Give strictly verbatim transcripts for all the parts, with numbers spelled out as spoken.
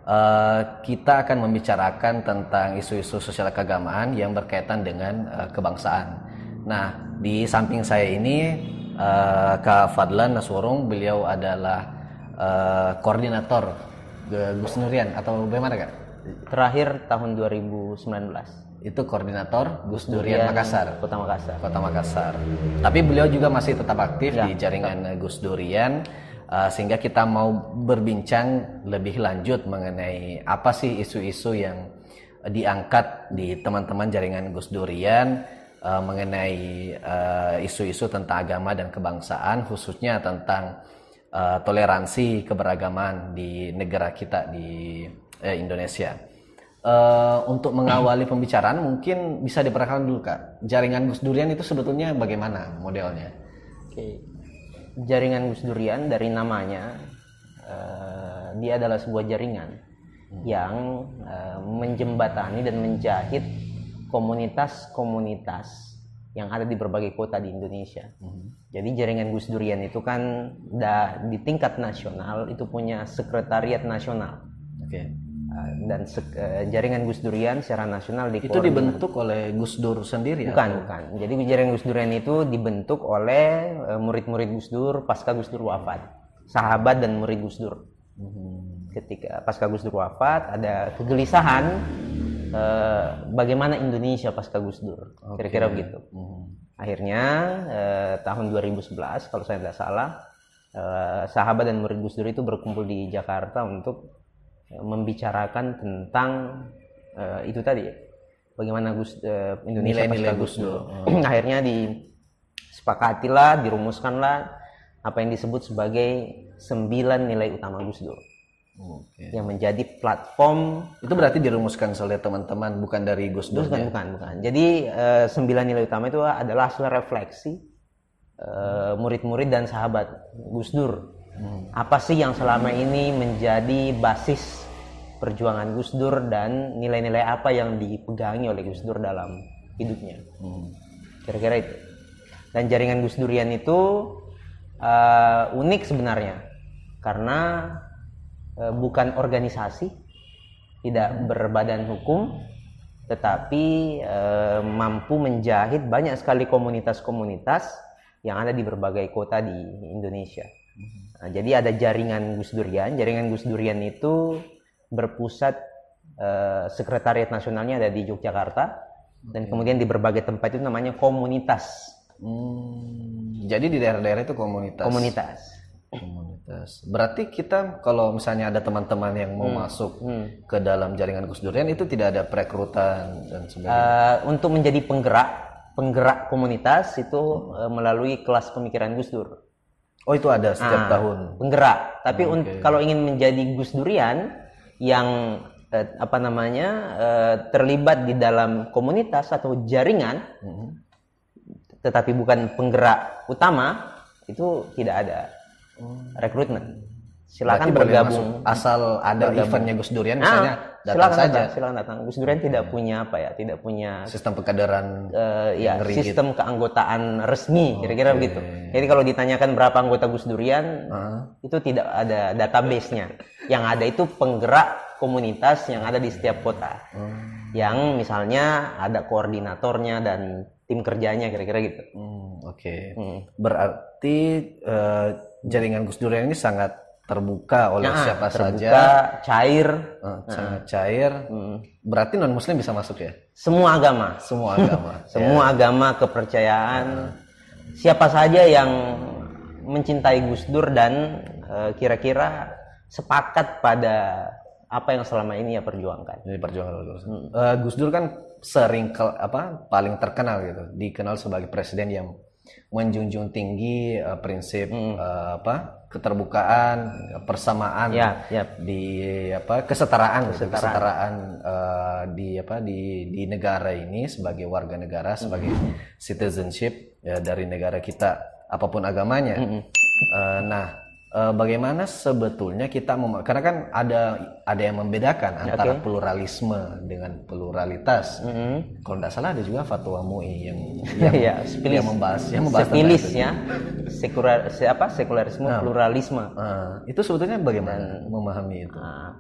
Uh, kita akan membicarakan tentang isu-isu sosial keagamaan yang berkaitan dengan uh, kebangsaan. Nah, di samping saya ini uh, Kak Fadlan Nasworong, beliau adalah uh, koordinator Gus Durian atau bagaimana Kak? Terakhir tahun dua ribu sembilan belas. Itu koordinator Gus Durian Makassar, Kota Makassar. Kota Makassar. Tapi beliau juga masih tetap aktif ya, di jaringan tetap. Gus Durian. Uh, sehingga kita mau berbincang lebih lanjut mengenai apa sih isu-isu yang diangkat di teman-teman jaringan Gus Durian uh, mengenai uh, isu-isu tentang agama dan kebangsaan, khususnya tentang uh, toleransi keberagaman di negara kita di eh, Indonesia. Uh, untuk mengawali pembicaraan mungkin bisa diperkenalkan dulu Kak, jaringan Gus Durian itu sebetulnya bagaimana modelnya? Oke. Okay. Jaringan Gus Durian dari namanya, uh, dia adalah sebuah jaringan hmm. yang uh, menjembatani dan menjahit komunitas-komunitas yang ada di berbagai kota di Indonesia. Hmm. Jadi jaringan Gus Durian itu kan dah di tingkat nasional itu punya sekretariat nasional. Oke. Okay. Uh, dan sek, uh, jaringan Gus Durian secara nasional itu dibentuk oleh Gus Dur sendiri? Bukan, atau? bukan. Jadi jaringan Gus Durian itu dibentuk oleh uh, murid-murid Gus Dur pasca Gus Dur wafat, sahabat dan murid Gus Dur. Hmm. Ketika pasca Gus Dur wafat ada kegelisahan uh, bagaimana Indonesia pasca Gus Dur, okay. Kira-kira begitu. Hmm. Akhirnya uh, tahun dua ribu sebelas kalau saya tidak salah, uh, sahabat dan murid Gus Dur itu berkumpul di Jakarta untuk membicarakan tentang uh, itu tadi bagaimana Gus uh, Indonesia nilai-nilai Gus Dur. Hmm. Akhirnya disepakatilah, dirumuskanlah apa yang disebut sebagai sembilan nilai utama Gus Dur. Okay. Yang menjadi platform. Itu berarti dirumuskan oleh teman-teman, bukan dari Gus Dur? Bukan, bukan, bukan. Jadi uh, sembilan nilai utama itu adalah hasil refleksi uh, murid-murid dan sahabat Gus Dur. Hmm. Apa sih yang selama ini menjadi basis perjuangan Gus Dur dan nilai-nilai apa yang dipegangi oleh Gus Dur dalam hidupnya? Hmm. Kira-kira itu. Dan jaringan Gus Durian itu uh, unik sebenarnya karena uh, bukan organisasi, tidak berbadan hukum, tetapi uh, mampu menjahit banyak sekali komunitas-komunitas yang ada di berbagai kota di Indonesia. Nah, jadi ada jaringan Gus Durian. Jaringan Gus Durian itu berpusat eh, sekretariat nasionalnya ada di Yogyakarta dan okay. kemudian di berbagai tempat itu namanya komunitas. Hmm, jadi di daerah-daerah itu komunitas. Komunitas. Komunitas. Berarti kita kalau misalnya ada teman-teman yang mau hmm. masuk hmm. ke dalam jaringan Gus Durian itu tidak ada perekrutan dan sebagainya. Uh, untuk menjadi penggerak, penggerak komunitas itu hmm. uh, melalui kelas pemikiran Gus Dur. Oh itu ada setiap nah, tahun penggerak. Tapi okay. un- kalau ingin menjadi Gus Durian yang eh, apa namanya eh, terlibat di dalam komunitas atau jaringan, mm-hmm. tetapi bukan penggerak utama, itu tidak ada mm. rekrutmen. Silakan bergabung asal ada bergabung. Eventnya Gus Durian misalnya nah, datang silakan saja. Datang, silakan datang. Gus Durian hmm. tidak punya apa ya, tidak punya sistem pekaderan, uh, ya sistem keanggotaan resmi, kira-kira okay. begitu. Jadi kalau ditanyakan berapa anggota Gus Durian, uh. itu tidak ada database-nya. Yang ada itu penggerak komunitas yang ada di setiap kota. Hmm. Yang misalnya ada koordinatornya dan tim kerjanya, kira-kira gitu. Hmm, Oke. Okay. Hmm. Berarti uh, jaringan Gus Durian ini sangat terbuka oleh nah, siapa terbuka, saja, cair, uh, sangat cair. Hmm. Berarti non Muslim bisa masuk ya? Semua agama, semua agama, semua ya. agama kepercayaan. Uh. Siapa saja yang mencintai Gus Dur dan uh, kira-kira sepakat pada apa yang selama ini ya perjuangkan. Jadi perjuangan Gus. Hmm. Uh, Gus Dur kan sering ke, apa paling terkenal gitu, dikenal sebagai presiden yang menjunjung tinggi uh, prinsip hmm. uh, apa keterbukaan, persamaan ya, ya. di apa kesetaraan, kesetaraan, kesetaraan uh, di apa di di negara ini sebagai warga negara, sebagai hmm. citizenship ya, dari negara kita apapun agamanya. Hmm. Uh, nah, uh, bagaimana sebetulnya kita mem- karena kan ada ada yang membedakan antara okay. pluralisme dengan pluralitas. Mm-hmm. Kalau tidak salah ada juga fatwa M U I yang yang, ya, yang membahas yang membahas sepilis ya sekular siapa sekularisme nah, pluralisme. Uh, itu sebetulnya bagaimana Dan, memahami itu? Uh,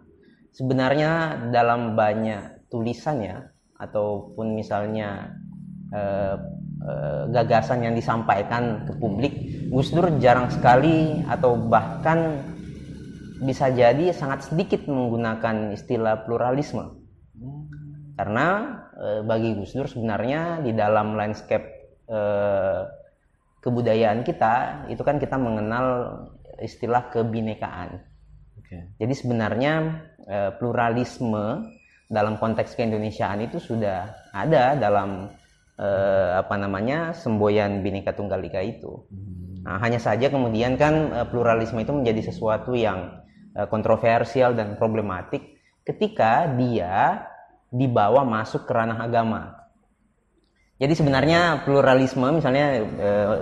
sebenarnya dalam banyak tulisannya ataupun misalnya eh, eh, gagasan yang disampaikan ke publik, Gus Dur jarang sekali atau bahkan bisa jadi sangat sedikit menggunakan istilah pluralisme. Karena eh, bagi Gus Dur sebenarnya di dalam landscape eh, kebudayaan kita itu kan kita mengenal istilah kebinekaan. Okay. Jadi sebenarnya eh, pluralisme dalam konteks keindonesiaan itu sudah ada dalam eh, apa namanya semboyan Bhinneka Tunggal Ika itu. Hmm. Nah, hanya saja kemudian kan eh, pluralisme itu menjadi sesuatu yang eh, kontroversial dan problematik ketika dia dibawa masuk ke ranah agama. Jadi sebenarnya pluralisme misalnya eh,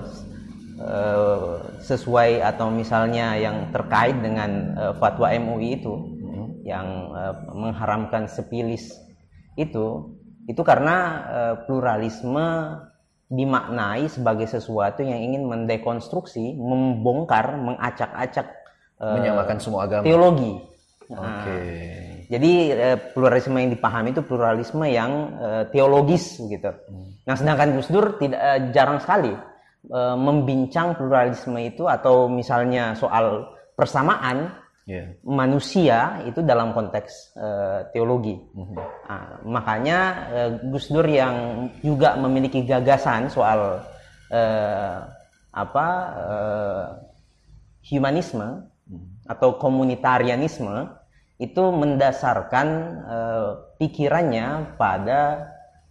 eh, sesuai atau misalnya yang terkait dengan eh, fatwa M U I itu hmm. yang eh, mengharamkan sepilis itu itu karena eh, pluralisme dimaknai sebagai sesuatu yang ingin mendekonstruksi, membongkar, mengacak-acak eh, menyamakan semua agama. Teologi. Oke. Okay. Jadi eh, pluralisme yang dipahami itu pluralisme yang eh, teologis gitu. Hmm. Nah, sedangkan Gus Dur tidak eh, jarang sekali eh, membincang pluralisme itu atau misalnya soal persamaan yeah. manusia itu dalam konteks eh, teologi. Hmm. Nah, makanya eh, Gus Dur yang juga memiliki gagasan soal eh, apa eh, humanisme hmm. atau komunitarianisme itu mendasarkan eh, pikirannya pada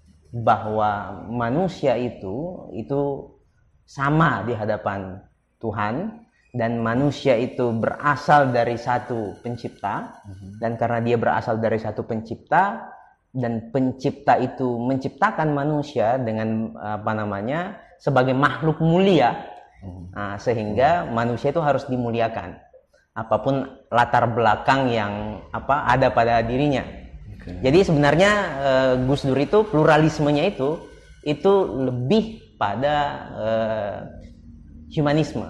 bahwa manusia itu itu sama di hadapan Tuhan dan manusia itu berasal dari satu pencipta mm-hmm. dan karena dia berasal dari satu pencipta dan pencipta itu menciptakan manusia dengan apa namanya sebagai makhluk mulia mm-hmm. nah, sehingga mm-hmm. manusia itu harus dimuliakan apapun latar belakang yang apa ada pada dirinya. Okay. Jadi sebenarnya uh, Gus Dur itu pluralismenya itu itu lebih pada uh, humanisme.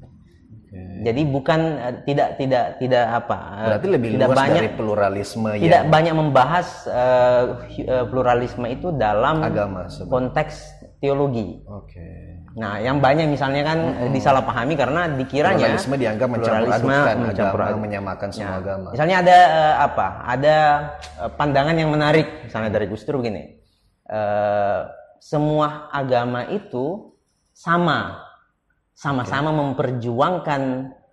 Okay. Jadi bukan uh, tidak tidak tidak apa? Berarti lebih tidak luas banyak, dari pluralisme yang tidak banyak membahas uh, pluralisme itu dalam agama konteks teologi. Oke. Okay. Nah, yang banyak misalnya kan hmm. disalahpahami karena dikiranya pluralisme dianggap mencampur-adukan agama, menyamakan semua ya. agama. Misalnya ada uh, apa? Ada uh, pandangan yang menarik misalnya dari Gus Dur begini. Uh, semua agama itu sama, sama-sama okay. memperjuangkan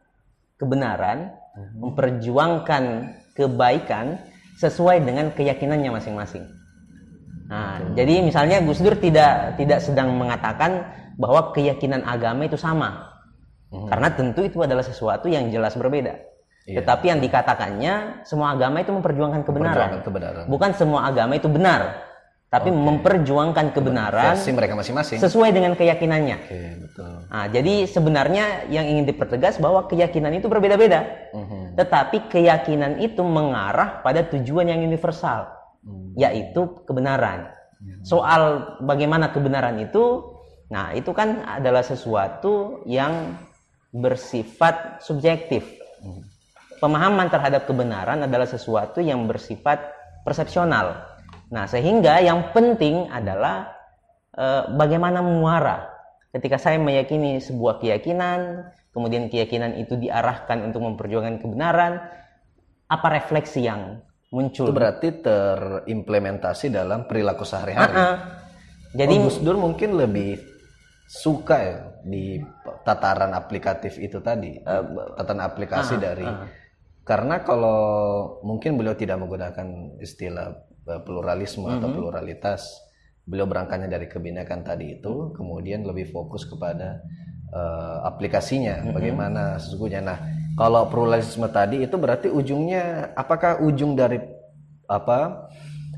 kebenaran, hmm. memperjuangkan kebaikan sesuai dengan keyakinannya masing-masing. Nah, hmm. jadi misalnya Gus Dur tidak tidak sedang mengatakan bahwa keyakinan agama itu sama, hmm. karena tentu itu adalah sesuatu yang jelas berbeda. Iya. Tetapi yang dikatakannya semua agama itu memperjuangkan kebenaran. kebenaran. Bukan semua agama itu benar, tapi okay. memperjuangkan kebenaran versi mereka masing-masing sesuai dengan keyakinannya. Okay, betul. Nah, jadi sebenarnya yang ingin dipertegas bahwa keyakinan itu berbeda-beda, hmm. tetapi keyakinan itu mengarah pada tujuan yang universal, hmm. yaitu kebenaran. Hmm. Soal bagaimana kebenaran itu. Nah, itu kan adalah sesuatu yang bersifat subjektif. Pemahaman terhadap kebenaran adalah sesuatu yang bersifat persepsional. Nah, sehingga yang penting adalah e, bagaimana muara. Ketika saya meyakini sebuah keyakinan, kemudian keyakinan itu diarahkan untuk memperjuangkan kebenaran, apa refleksi yang muncul? Itu berarti terimplementasi dalam perilaku sehari-hari. Uh-uh. Jadi oh, Gus Dur mungkin lebih suka ya di tataran aplikatif itu tadi, uh, tataran aplikasi uh, dari uh. karena kalau mungkin beliau tidak menggunakan istilah pluralisme uh-huh. atau pluralitas, beliau berangkatnya dari kebinekaan tadi itu, kemudian lebih fokus kepada uh, aplikasinya, uh-huh. bagaimana sesungguhnya. Nah, kalau pluralisme tadi itu berarti ujungnya, apakah ujung dari apa?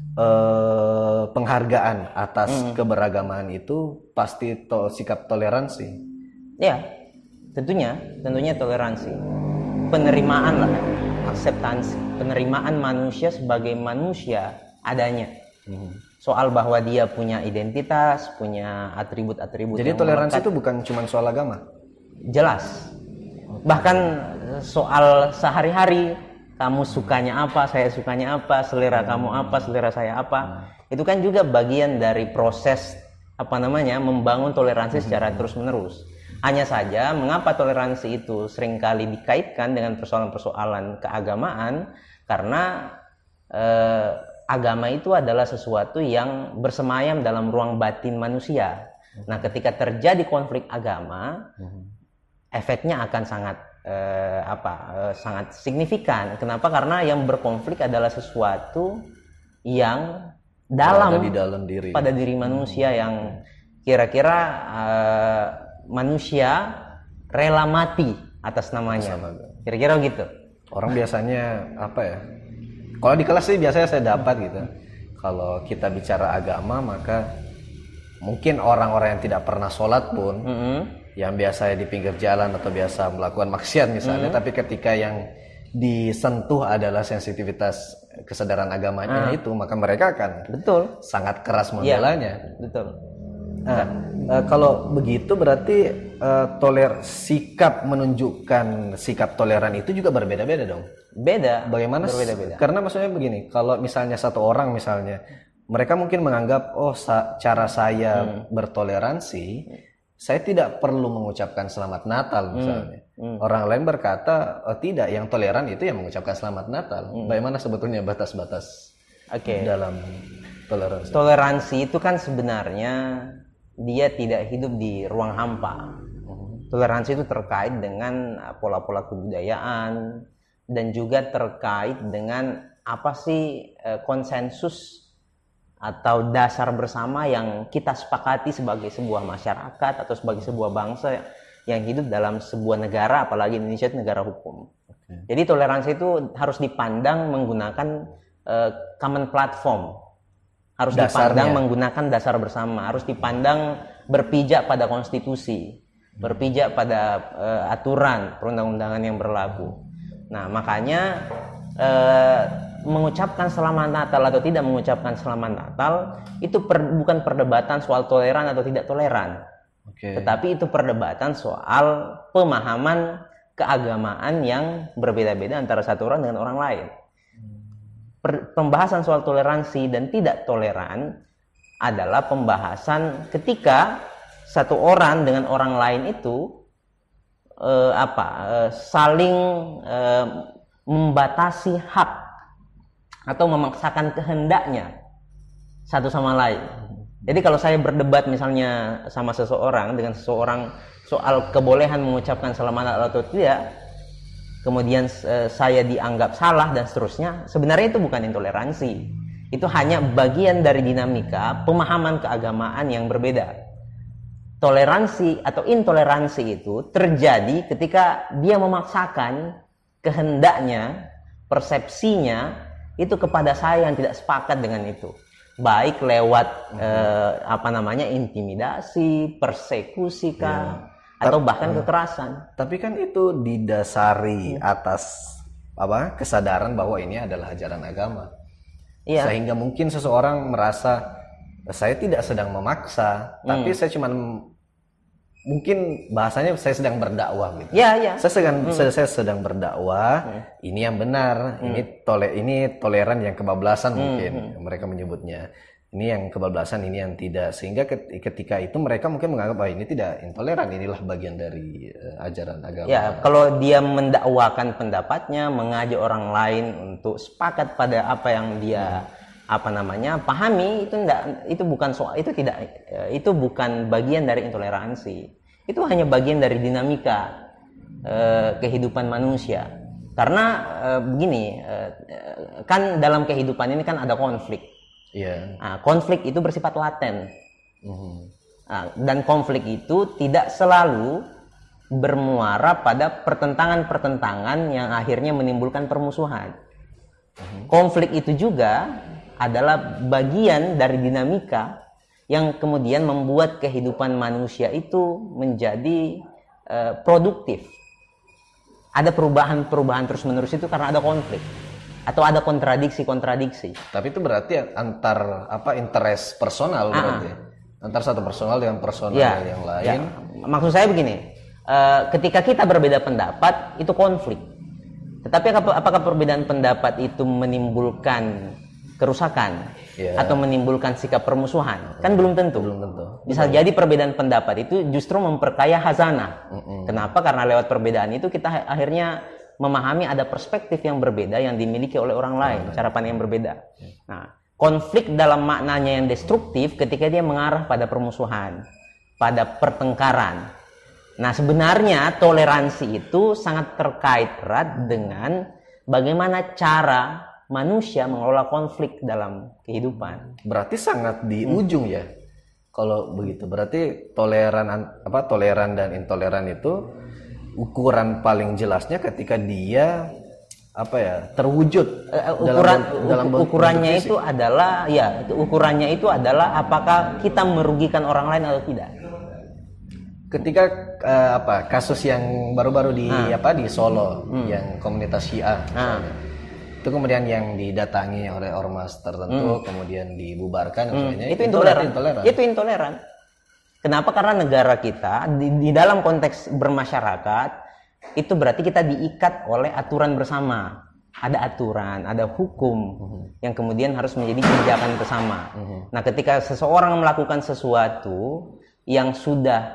Eh, penghargaan atas hmm. keberagaman itu pasti to, sikap toleransi. Ya, tentunya, tentunya toleransi, penerimaan lah, akseptansi, penerimaan manusia sebagai manusia adanya. Hmm. Soal bahwa dia punya identitas, punya atribut-atribut. Jadi toleransi melekat. Itu bukan cuma soal agama. Jelas. Okay. Bahkan soal sehari-hari kamu sukanya apa, saya sukanya apa, selera kamu apa, selera saya apa. Itu kan juga bagian dari proses apa namanya membangun toleransi secara terus-menerus. Hanya saja mengapa toleransi itu seringkali dikaitkan dengan persoalan-persoalan keagamaan, karena eh, agama itu adalah sesuatu yang bersemayam dalam ruang batin manusia. Nah, ketika terjadi konflik agama, efeknya akan sangat Eh, apa eh, sangat signifikan. Kenapa? Karena yang berkonflik adalah sesuatu yang dalam, di dalam diri pada diri manusia, hmm. yang kira-kira eh, manusia rela mati atas namanya. Kira-kira gitu. Orang biasanya apa ya? Kalau di kelas sih biasanya saya dapat gitu. Kalau kita bicara agama, maka mungkin orang-orang yang tidak pernah sholat pun. Mm-hmm. Yang biasa di pinggir jalan atau biasa melakukan maksiat misalnya, mm. tapi ketika yang disentuh adalah sensitivitas kesadaran agamanya mm. itu, maka mereka akan betul sangat keras membelanya. Ya, betul. Nah, uh, kalau begitu berarti uh, toler sikap menunjukkan sikap toleran itu juga berbeda-beda dong. Beda. Bagaimana? Berbeda-beda. Karena maksudnya begini, kalau misalnya satu orang misalnya, mereka mungkin menganggap oh sa- cara saya mm. bertoleransi. Saya tidak perlu mengucapkan selamat Natal misalnya. Hmm, hmm. Orang lain berkata, oh, tidak, yang toleran itu yang mengucapkan selamat Natal. Hmm. Bagaimana sebetulnya batas-batas okay. dalam toleransi? Toleransi itu kan sebenarnya dia tidak hidup di ruang hampa. Hmm. Toleransi itu terkait dengan pola-pola kebudayaan dan juga terkait dengan apa sih eh, konsensus atau dasar bersama yang kita sepakati sebagai sebuah masyarakat atau sebagai sebuah bangsa yang hidup dalam sebuah negara, apalagi Indonesia itu negara hukum. Okay. Jadi toleransi itu harus dipandang menggunakan uh, common platform, harus Dasarnya. dipandang menggunakan dasar bersama, harus dipandang berpijak pada konstitusi, hmm. berpijak pada uh, aturan perundang-undangan yang berlaku. Nah, makanya uh, mengucapkan selamat Natal atau tidak mengucapkan selamat Natal itu per, bukan perdebatan soal toleran atau tidak toleran, okay. tetapi itu perdebatan soal pemahaman keagamaan yang berbeda-beda antara satu orang dengan orang lain. Per, pembahasan soal toleransi dan tidak toleran adalah pembahasan ketika satu orang dengan orang lain itu eh, apa eh, saling eh, membatasi hak atau memaksakan kehendaknya satu sama lain. Jadi kalau saya berdebat misalnya sama seseorang dengan seseorang soal kebolehan mengucapkan selamat Natal atau tidak, kemudian e, saya dianggap salah dan seterusnya, sebenarnya itu bukan intoleransi. Itu hanya bagian dari dinamika pemahaman keagamaan yang berbeda. Toleransi atau intoleransi itu terjadi ketika dia memaksakan kehendaknya, persepsinya itu kepada saya yang tidak sepakat dengan itu, baik lewat hmm. eh, apa namanya intimidasi, persekusi kah, ya. atau bahkan hmm. kekerasan. Tapi kan itu didasari hmm. atas apa kesadaran bahwa ini adalah ajaran agama, ya. Sehingga mungkin seseorang merasa saya tidak sedang memaksa, hmm. tapi saya cuma mungkin bahasanya saya sedang berdakwah gitu. Ya, ya. Saya sedang hmm. saya, saya sedang berdakwah. Hmm. Ini yang benar. Hmm. Ini tole ini toleran yang kebablasan hmm. mungkin mereka menyebutnya. Ini yang kebablasan, ini yang tidak. Sehingga ketika itu mereka mungkin menganggap bahwa ini tidak intoleran. Inilah bagian dari uh, ajaran agama. Ya, kalau dia mendakwakan pendapatnya, mengajak orang lain untuk sepakat pada apa yang dia hmm. apa namanya pahami, itu enggak, itu bukan soal, itu tidak, itu bukan bagian dari intoleransi. Itu hanya bagian dari dinamika eh, kehidupan manusia. Karena eh, begini, eh, kan dalam kehidupan ini kan ada konflik. Yeah. Nah, konflik itu bersifat laten. Mm-hmm. Nah, dan konflik itu tidak selalu bermuara pada pertentangan-pertentangan yang akhirnya menimbulkan permusuhan. Mm-hmm. Konflik itu juga adalah bagian dari dinamika yang kemudian membuat kehidupan manusia itu menjadi uh, produktif. Ada perubahan-perubahan terus-menerus itu karena ada konflik atau ada kontradiksi-kontradiksi. Tapi itu berarti antar apa interest personal berarti. Ah. Antar satu personal dengan personal ya, yang lain. Ya. Maksud saya begini, uh, ketika kita berbeda pendapat itu konflik. Tetapi apakah perbedaan pendapat itu menimbulkan kerusakan yeah. atau menimbulkan sikap permusuhan? Kan belum tentu. Belum tentu. Bisa Betul. Jadi perbedaan pendapat itu justru memperkaya khazanah. Mm-mm. Kenapa? Karena lewat perbedaan itu kita akhirnya memahami ada perspektif yang berbeda yang dimiliki oleh orang lain, mm-hmm. cara pandang yang berbeda. Nah, konflik dalam maknanya yang destruktif ketika dia mengarah pada permusuhan, pada pertengkaran. Nah, sebenarnya toleransi itu sangat terkait erat dengan bagaimana cara manusia mengelola konflik dalam kehidupan. Berarti sangat di hmm. ujung ya. Kalau begitu, berarti toleran apa toleran dan intoleran itu ukuran paling jelasnya ketika dia apa ya terwujud uh, ukuran dalam, dalam ukurannya itu adalah ya itu ukurannya itu adalah apakah kita merugikan orang lain atau tidak. Ketika uh, apa kasus yang baru-baru di ah. apa di Solo hmm. yang komunitas Syiah ah. itu kemudian yang didatangi oleh ormas tertentu hmm. kemudian dibubarkan hmm. Misalnya, itu, itu intoleran. intoleran itu intoleran kenapa? Karena negara kita di, di dalam konteks bermasyarakat itu berarti kita diikat oleh aturan bersama, ada aturan, ada hukum hmm. yang kemudian harus menjadi kebijakan bersama. hmm. Nah, ketika seseorang melakukan sesuatu yang sudah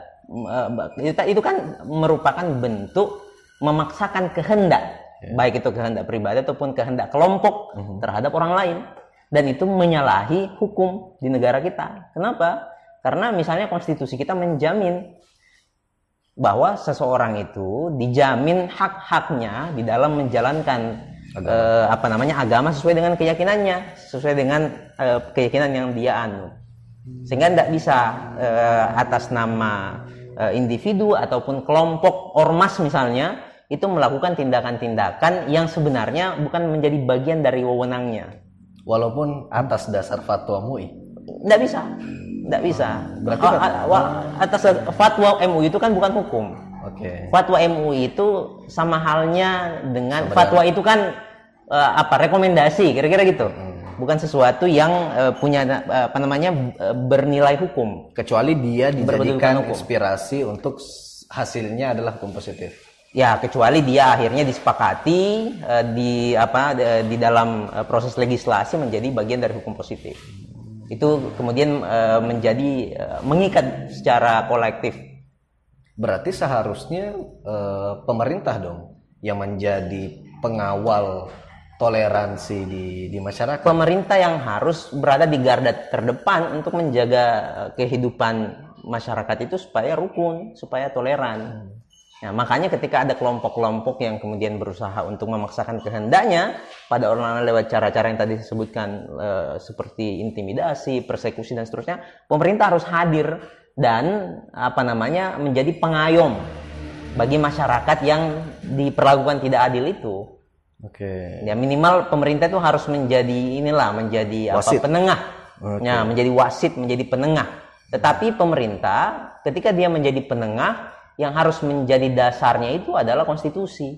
itu kan merupakan bentuk memaksakan kehendak, yeah. baik itu kehendak pribadi ataupun kehendak kelompok uh-huh. terhadap orang lain, dan itu menyalahi hukum di negara kita. Kenapa? Karena misalnya konstitusi kita menjamin bahwa seseorang itu dijamin hak-haknya di dalam menjalankan eh, apa namanya agama sesuai dengan keyakinannya, sesuai dengan eh, keyakinan yang dia anut. Sehingga tidak bisa eh, atas nama eh, individu ataupun kelompok ormas misalnya itu melakukan tindakan-tindakan yang sebenarnya bukan menjadi bagian dari wewenangnya. Walaupun atas dasar fatwa M U I? Tidak bisa, tidak bisa. Berarti oh, atas fatwa M U I itu kan bukan hukum. Oke. Okay. Fatwa M U I itu sama halnya dengan Sebenarnya. Fatwa itu kan eh, apa rekomendasi, kira-kira gitu. Hmm. Bukan sesuatu yang uh, punya uh, apa namanya uh, bernilai hukum, kecuali dia dijadikan inspirasi untuk hasilnya adalah hukum positif. Ya, kecuali dia akhirnya disepakati uh, di apa uh, di dalam uh, proses legislasi menjadi bagian dari hukum positif. Itu kemudian uh, menjadi uh, mengikat secara kolektif. Berarti seharusnya uh, pemerintah dong yang menjadi pengawal toleransi di di masyarakat. Pemerintah yang harus berada di garda terdepan untuk menjaga kehidupan masyarakat itu supaya rukun, supaya toleran. Hmm. Nah, makanya ketika ada kelompok-kelompok yang kemudian berusaha untuk memaksakan kehendaknya pada orang lain lewat cara-cara yang tadi disebutkan e, seperti intimidasi, persekusi dan seterusnya, pemerintah harus hadir dan apa namanya menjadi pengayom bagi masyarakat yang diperlakukan tidak adil itu. Oke. Okay. Ya minimal pemerintah itu harus menjadi inilah menjadi wasit. apa penengah. Okay. Ya, menjadi wasit, menjadi penengah. Tetapi pemerintah ketika dia menjadi penengah yang harus menjadi dasarnya itu adalah konstitusi.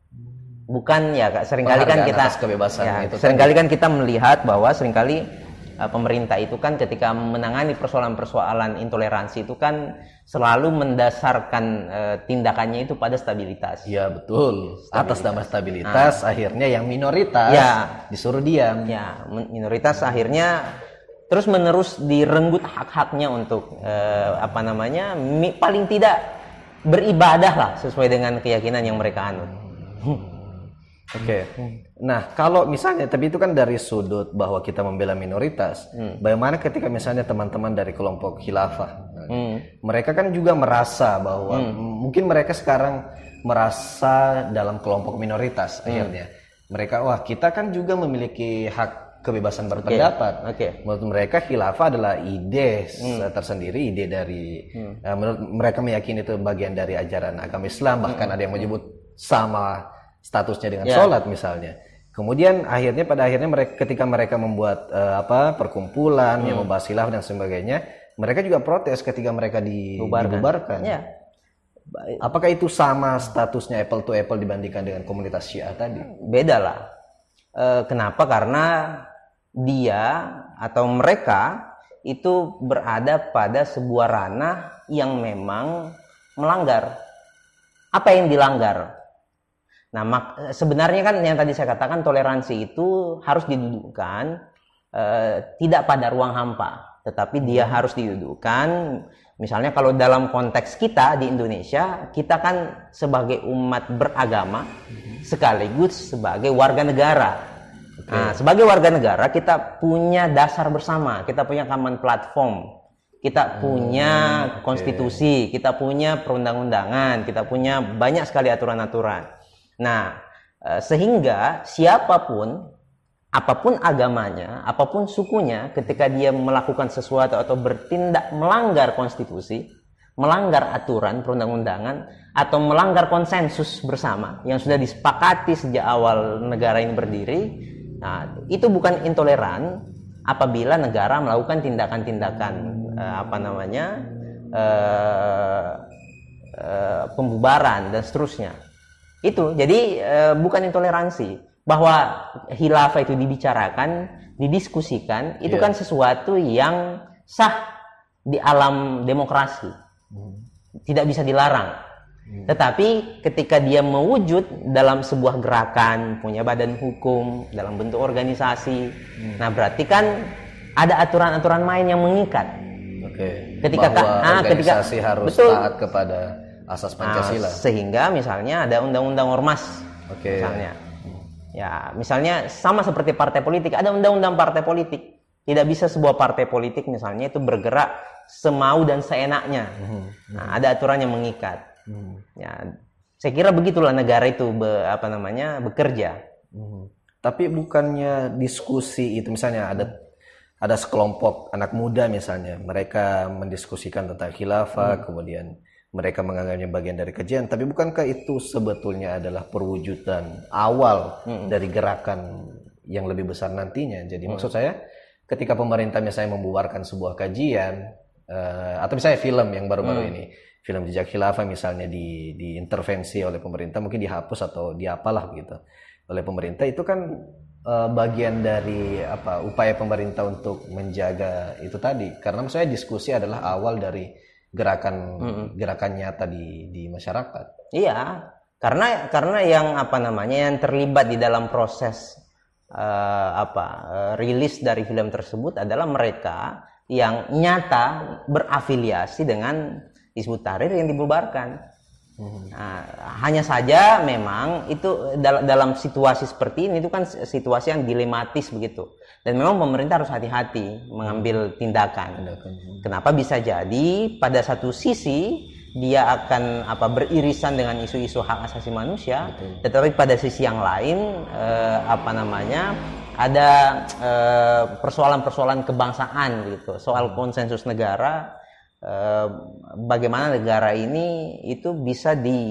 Bukan ya seringkali kan kita kebebasan ya, itu seringkali kan kita melihat bahwa seringkali uh, pemerintah itu kan ketika menangani persoalan-persoalan intoleransi itu kan selalu mendasarkan uh, tindakannya itu pada stabilitas. Iya betul. Stabilitas. Atas nama stabilitas nah. akhirnya yang minoritas ya, disuruh diam. Ya, minoritas akhirnya terus menerus direnggut hak-haknya untuk uh, apa namanya mi, paling tidak beribadah lah sesuai dengan keyakinan yang mereka anut. Oke. Okay. Nah, kalau misalnya, tapi itu kan dari sudut bahwa kita membela minoritas. Hmm. Bagaimana ketika misalnya teman-teman dari kelompok khilafah, hmm. mereka kan juga merasa bahwa hmm. mungkin mereka sekarang merasa dalam kelompok minoritas hmm. akhirnya. Mereka, wah kita kan juga memiliki hak kebebasan berpendapat. Okay. Okay. Menurut mereka khilafah adalah ide hmm. tersendiri, ide dari hmm. uh, menurut mereka meyakini itu bagian dari ajaran agama Islam. Bahkan hmm. ada yang menyebut sama statusnya dengan yeah. sholat misalnya. Kemudian akhirnya pada akhirnya mereka ketika mereka membuat uh, apa perkumpulan hmm. yang membahas khilafah dan sebagainya, mereka juga protes ketika mereka di, dibubarkan. Yeah. Apakah itu sama statusnya apple to apple dibandingkan dengan komunitas Syiah tadi? Beda lah. E, kenapa? Karena dia atau mereka itu berada pada sebuah ranah yang memang melanggar. Apa yang dilanggar? Nah, mak- sebenarnya kan yang tadi saya katakan toleransi itu harus didudukkan eh, tidak pada ruang hampa, tetapi dia hmm. harus didudukkan. Misalnya kalau dalam konteks kita di Indonesia, kita kan sebagai umat beragama hmm. sekaligus sebagai warga negara. Okay. Nah, sebagai warga negara kita punya dasar bersama, kita punya common platform, kita punya hmm, konstitusi, okay. kita punya perundang-undangan, kita punya banyak sekali aturan-aturan. Nah, sehingga siapapun, apapun agamanya, apapun sukunya, ketika dia melakukan sesuatu atau bertindak melanggar konstitusi, melanggar aturan perundang-undangan, atau melanggar konsensus bersama yang sudah disepakati sejak awal negara ini berdiri, nah, itu bukan intoleran apabila negara melakukan tindakan-tindakan eh, apa namanya eh, eh, pembubaran dan seterusnya. Itu jadi eh, bukan intoleransi. Bahwa khilafah itu dibicarakan, didiskusikan, itu yeah. kan sesuatu yang sah di alam demokrasi, tidak bisa dilarang. Hmm. Tetapi ketika dia mewujud dalam sebuah gerakan, punya badan hukum, dalam bentuk organisasi, hmm. nah berarti kan ada aturan-aturan main yang mengikat. Oke. Ketika bahwa ah, organisasi ketika, harus betul. taat kepada asas Pancasila. Nah, sehingga misalnya ada undang-undang ormas, okay. misalnya, ya misalnya sama seperti partai politik, ada undang-undang partai politik. Tidak bisa sebuah partai politik misalnya itu bergerak semau dan seenaknya. Mm-hmm. Nah, ada aturan yang mengikat. Mm-hmm. Ya, saya kira begitulah negara itu be, apa namanya bekerja. Mm-hmm. Tapi bukannya diskusi itu misalnya ada ada sekelompok anak muda misalnya, mereka mendiskusikan tentang khilafah, mm. kemudian mereka menganggapnya bagian dari kajian, tapi bukankah itu sebetulnya adalah perwujudan awal mm. dari gerakan yang lebih besar nantinya? Jadi mm. maksud saya, ketika pemerintah misalnya membubarkan sebuah kajian, uh, atau misalnya film yang baru-baru mm. ini, film Jejak Khilafah misalnya di, diintervensi oleh pemerintah, mungkin dihapus atau diapalah begitu oleh pemerintah, itu kan uh, bagian dari apa upaya pemerintah untuk menjaga itu tadi. Karena maksudnya diskusi adalah awal dari gerakan mm-hmm. gerakan nyata di di masyarakat. Iya, karena karena yang apa namanya yang terlibat di dalam proses uh, apa uh, rilis dari film tersebut adalah mereka yang nyata berafiliasi dengan Hizbut Tahrir yang dibubarkan. Mm-hmm. Nah, hanya saja memang itu dal- dalam situasi seperti ini itu kan situasi yang dilematis begitu. Dan memang pemerintah harus hati-hati mengambil tindakan. Kenapa? Bisa jadi pada satu sisi dia akan apa beririsan dengan isu-isu hak asasi manusia, betul. Tetapi pada sisi yang lain eh, apa namanya ada eh, persoalan-persoalan kebangsaan gitu, soal konsensus negara, eh, bagaimana negara ini itu bisa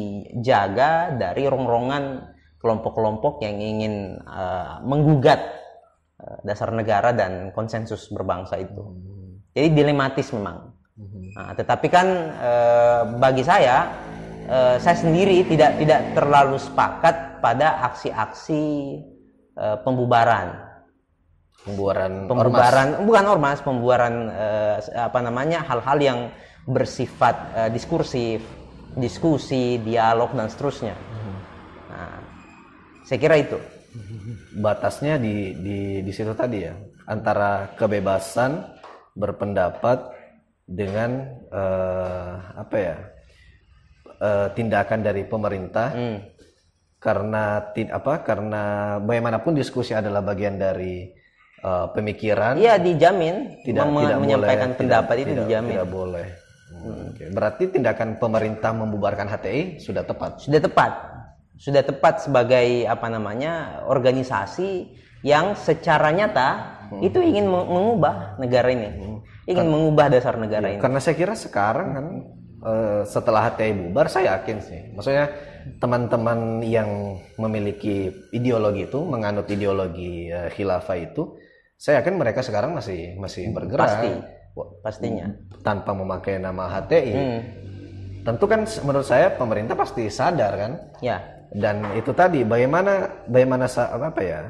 dijaga dari rongrongan kelompok-kelompok yang ingin eh, menggugat dasar negara dan konsensus berbangsa itu. Jadi dilematis memang. Nah, tetapi kan e, bagi saya, e, saya sendiri tidak tidak terlalu sepakat pada aksi-aksi e, pembubaran. Pembubaran, pembubaran, ormas. bukan ormas, pembubaran e, apa namanya hal-hal yang bersifat e, diskursif, diskusi, dialog dan seterusnya. Nah, saya kira itu. Batasnya di di di situ tadi ya, antara kebebasan berpendapat dengan uh, apa ya uh, tindakan dari pemerintah, hmm. karena tid, apa karena bagaimanapun diskusi adalah bagian dari uh, pemikiran. Iya, dijamin. Tidak Mem- tidak menyampaikan boleh, pendapat tidak, itu tidak, dijamin. Tidak boleh. Hmm. Okay. Berarti tindakan pemerintah membubarkan H T I sudah tepat. Sudah tepat. Sudah tepat sebagai apa namanya organisasi yang secara nyata hmm. itu ingin mengubah negara ini, hmm. ingin kan, mengubah dasar negara iya, ini. Karena saya kira sekarang kan uh, setelah H T I bubar, saya yakin sih, maksudnya teman-teman yang memiliki ideologi itu, menganut ideologi uh, khilafah itu, saya yakin mereka sekarang masih masih bergerak. Pasti, pastinya. Tanpa memakai nama H T I. Hmm. Tentu kan menurut saya pemerintah pasti sadar kan. Ya. Dan itu tadi bagaimana bagaimana apa ya?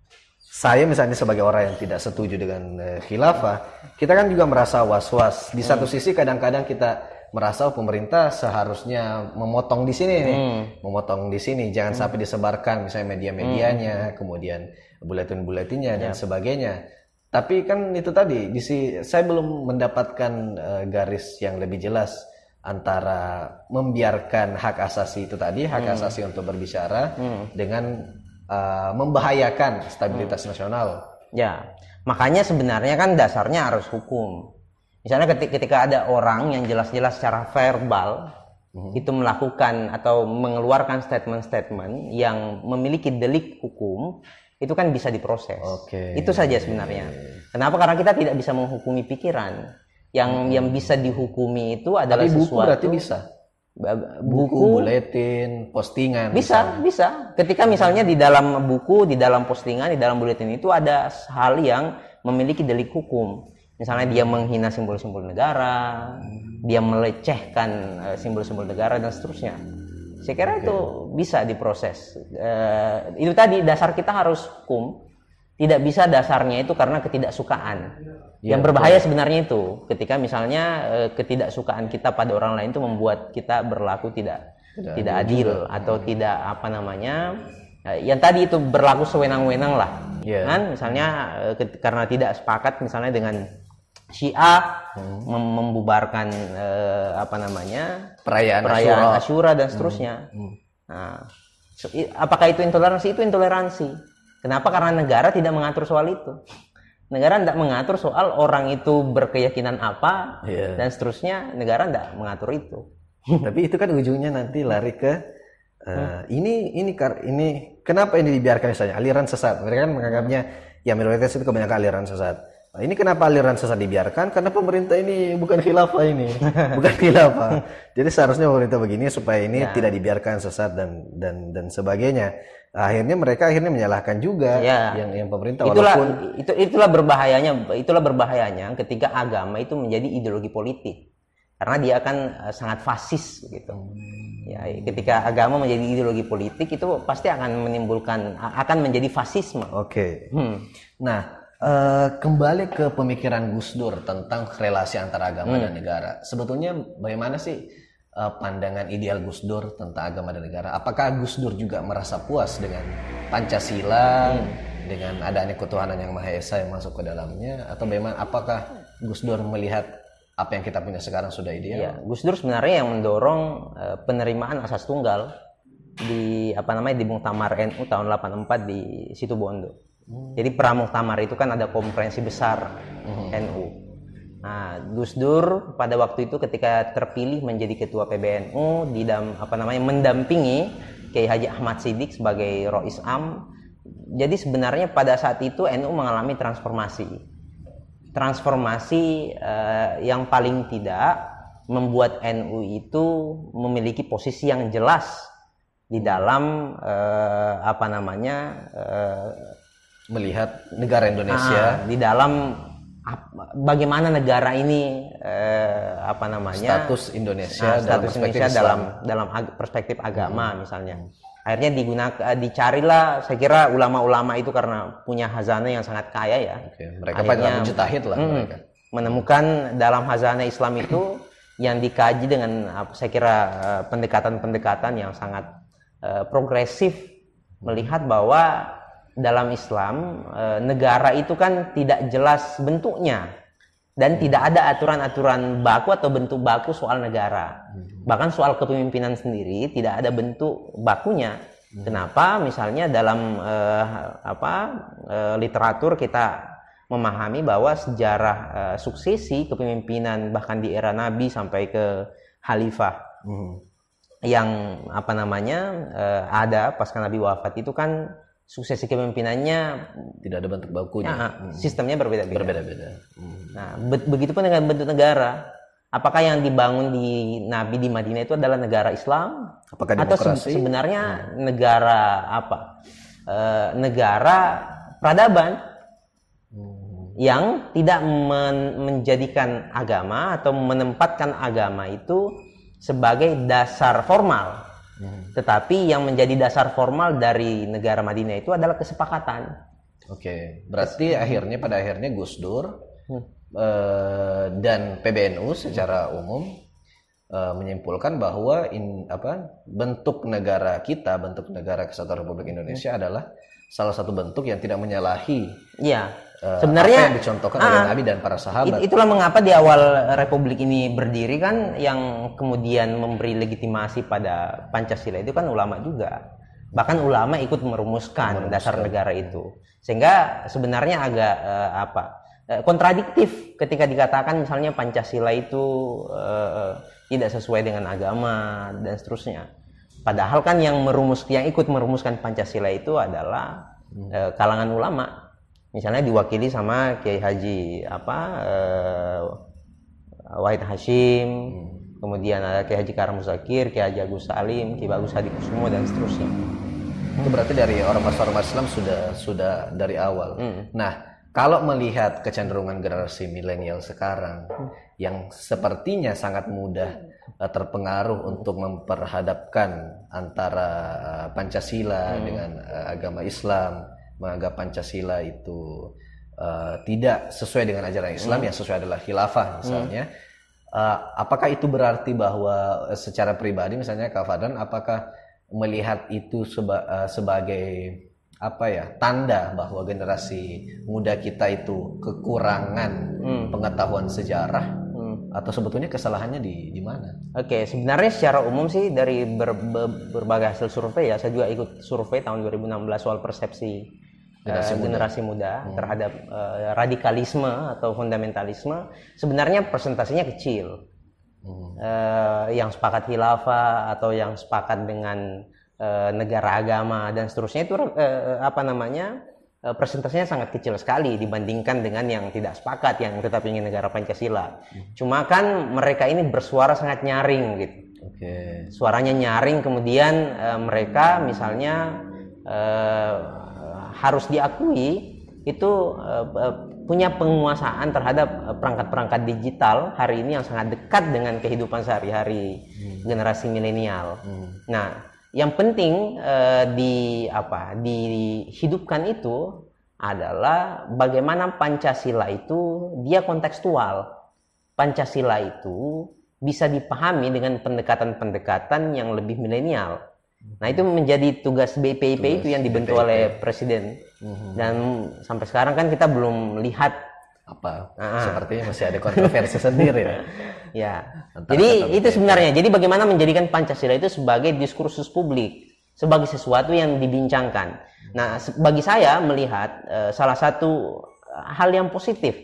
Saya misalnya sebagai orang yang tidak setuju dengan uh, khilafah, kita kan juga merasa was-was. Di satu hmm. sisi kadang-kadang kita merasa oh, pemerintah seharusnya memotong di sini nih, Hmm. memotong di sini, jangan Hmm. sampai disebarkan misalnya media-medianya, kemudian buletin-buletinnya dan Yap. sebagainya. Tapi kan itu tadi, di si, saya belum mendapatkan uh, garis yang lebih jelas antara membiarkan hak asasi itu tadi, hak Hmm. asasi untuk berbicara, Hmm. dengan uh, membahayakan stabilitas nasional. Ya, makanya sebenarnya kan dasarnya harus hukum. Misalnya ketika, ketika ada orang yang jelas-jelas secara verbal Hmm. itu melakukan atau mengeluarkan statement-statement yang memiliki delik hukum, itu kan bisa diproses. Oke. Itu saja sebenarnya. Kenapa? Karena kita tidak bisa menghukumi pikiran. Yang Hmm. yang bisa dihukumi itu adalah Tapi buku sesuatu. berarti bisa. Ba- Buku, buletin, postingan. bisa, misalnya. bisa. Ketika misalnya di dalam buku, di dalam postingan, di dalam buletin itu ada hal yang memiliki delik hukum. Misalnya dia menghina simbol-simbol negara, dia melecehkan uh, simbol-simbol negara dan seterusnya. Saya kira itu bisa diproses. Uh, itu tadi dasar kita harus hukum. Tidak bisa dasarnya itu karena ketidaksukaan. Ya, Yang berbahaya sebenarnya itu ketika misalnya uh, ketidaksukaan kita pada orang lain itu membuat kita berlaku tidak Tidak tidak adil adil atau tidak apa namanya uh, yang tadi itu berlaku sewenang-wenang lah. Ya. Kan misalnya uh, ke- karena tidak sepakat misalnya dengan Syiah Hmm. mem- membubarkan uh, apa namanya Perayaan, perayaan Asyura. Asyura dan seterusnya. Hmm. Nah, so, i- apakah itu intoleransi? Itu intoleransi. Kenapa? Karena negara tidak mengatur soal itu. Negara tidak mengatur soal orang itu berkeyakinan apa Iya. dan seterusnya. Negara tidak mengatur itu. Tapi itu kan ujungnya nanti lari ke uh, ini ini kar ini kenapa ini dibiarkan misalnya aliran sesat. Mereka kan menganggapnya ya minoritas itu kebanyakan aliran sesat. Nah, ini kenapa aliran sesat dibiarkan? Karena pemerintah ini bukan khilafah ini, bukan khilafah. Jadi seharusnya pemerintah begini supaya ini Ya. tidak dibiarkan sesat dan dan dan sebagainya. Akhirnya mereka akhirnya menyalahkan juga Ya. yang yang pemerintah Itulah walaupun itu itulah berbahayanya itulah berbahayanya ketika agama itu menjadi ideologi politik. Karena dia akan uh, sangat fasis gitu. Ya, ketika agama menjadi ideologi politik itu pasti akan menimbulkan akan menjadi fasisme. oke. Hmm. Nah, eh, kembali ke pemikiran Gus Dur tentang relasi antara agama Hmm. dan negara. Sebetulnya bagaimana sih eh, pandangan ideal Gus Dur tentang agama dan negara? Apakah Gus Dur juga merasa puas dengan Pancasila, dengan adanya ketuhanan yang Maha Esa yang masuk ke dalamnya, atau bagaimana? Apakah Gus Dur melihat apa yang kita punya sekarang sudah ideal? Ya, Gus Dur sebenarnya yang mendorong uh, penerimaan asas tunggal di apa namanya di Muktamar N U tahun delapan puluh empat di Situbondo. Jadi Pramuktamar itu kan ada konferensi besar N U. Nah, Gus Dur pada waktu itu ketika terpilih menjadi ketua P B N U di dalam apa namanya mendampingi Kiai Haji Ahmad Siddiq sebagai Rois Am. Jadi sebenarnya pada saat itu N U mengalami transformasi. Transformasi eh, yang paling tidak membuat N U itu memiliki posisi yang jelas di dalam eh, apa namanya eh, Melihat negara Indonesia, ah, di dalam ap- bagaimana negara ini eh, apa namanya status Indonesia nah, dalam status perspektif Indonesia Islam. dalam dalam ag- perspektif agama misalnya. Akhirnya digunakan dicarilah saya kira ulama-ulama itu karena punya hazanah yang sangat kaya ya. Oke, mereka Akhirnya, pada mujtahid lah mm, mereka. menemukan dalam hazanah Islam itu yang dikaji dengan apa, saya kira eh, pendekatan-pendekatan yang sangat eh, progresif melihat bahwa dalam Islam eh, negara itu kan tidak jelas bentuknya dan tidak ada aturan-aturan baku atau bentuk baku soal negara. Bahkan soal kepemimpinan sendiri tidak ada bentuk bakunya. Kenapa? Misalnya dalam eh, apa eh, literatur kita memahami bahwa sejarah eh, suksesi kepemimpinan bahkan di era Nabi sampai ke khalifah Hmm. yang apa namanya eh, ada pasca Nabi wafat itu kan suksesi kepemimpinannya Tidak ada bentuk bakunya. ya, sistemnya berbeda-beda. Berbeda-beda. Hmm. Nah, be- begitupun dengan bentuk negara. Apakah yang dibangun di Nabi di Madinah itu adalah negara Islam Apakah atau se- demokrasi? sebenarnya negara apa? Eh, negara peradaban yang tidak men- menjadikan agama atau menempatkan agama itu sebagai dasar formal. Hmm. Tetapi yang menjadi dasar formal dari negara Madinah itu adalah kesepakatan. Oke, berarti akhirnya pada akhirnya Gus Dur Hmm. eh, dan P B N U secara umum uh, menyimpulkan bahwa in, apa bentuk negara kita, bentuk negara Kesatuan Republik Indonesia hmm. adalah salah satu bentuk yang tidak menyalahi. Iya. Uh, Sebenarnya apa yang dicontohkan oleh Nabi dan para sahabat. Itulah mengapa di awal Republik ini berdiri kan yang kemudian memberi legitimasi pada Pancasila itu kan ulama juga. Bahkan ulama ikut merumuskan, merumuskan. dasar negara itu. Sehingga sebenarnya agak uh, apa? Uh, kontradiktif ketika dikatakan misalnya Pancasila itu uh, tidak sesuai dengan agama dan seterusnya. Padahal kan yang merumus yang ikut merumuskan Pancasila itu adalah uh, kalangan ulama. Misalnya diwakili sama Kiai Haji apa uh, Wahid Hashim, hmm. kemudian ada Kiai Haji Karam Muzakir, Kiai Haji Agus Salim, Kiai Bagus Hadikusumo dan seterusnya. Itu berarti dari ormas-ormas Islam sudah sudah dari awal. Hmm. Nah, kalau melihat kecenderungan generasi milenial sekarang hmm. yang sepertinya sangat mudah uh, terpengaruh hmm. untuk memperhadapkan antara uh, Pancasila hmm. dengan uh, agama Islam, menganggap Pancasila itu uh, tidak sesuai dengan ajaran Islam, hmm. yang sesuai adalah khilafah misalnya. Hmm. Uh, apakah itu berarti bahwa uh, secara pribadi misalnya Kak Fadlan, apakah melihat itu seba, uh, sebagai apa ya tanda bahwa generasi muda kita itu kekurangan hmm. pengetahuan sejarah hmm. atau sebetulnya kesalahannya di di mana? Oke, sebenarnya secara umum sih dari ber, ber, berbagai hasil survei ya, saya juga ikut survei tahun dua ribu enam belas soal persepsi generasi uh, muda, generasi muda hmm. terhadap uh, radikalisme atau fundamentalisme. Sebenarnya persentasenya kecil. Hmm. Uh, yang sepakat khilafah atau yang sepakat dengan uh, negara agama dan seterusnya itu uh, apa namanya uh, persentasenya sangat kecil sekali dibandingkan dengan yang tidak sepakat yang tetap ingin negara Pancasila. Hmm. Cuma kan mereka ini bersuara sangat nyaring gitu. Okay. Suaranya nyaring, kemudian uh, mereka misalnya uh, harus diakui itu uh, uh, punya penguasaan terhadap perangkat-perangkat digital hari ini yang sangat dekat dengan kehidupan sehari-hari hmm. generasi milenial. Hmm. Nah, yang penting eh, di apa dihidupkan itu adalah bagaimana Pancasila itu dia kontekstual. Pancasila itu bisa dipahami dengan pendekatan-pendekatan yang lebih milenial. Nah, itu menjadi tugas B P I P tugas itu yang dibentuk B P I P oleh Presiden. Mm-hmm. Dan sampai sekarang kan kita belum lihat apa. Ah. Sepertinya masih ada kontroversi sendiri ya. Ya. Jadi itu sebenarnya. Jadi bagaimana menjadikan Pancasila itu sebagai diskursus publik, sebagai sesuatu yang dibincangkan. Nah, bagi saya melihat uh, salah satu hal yang positif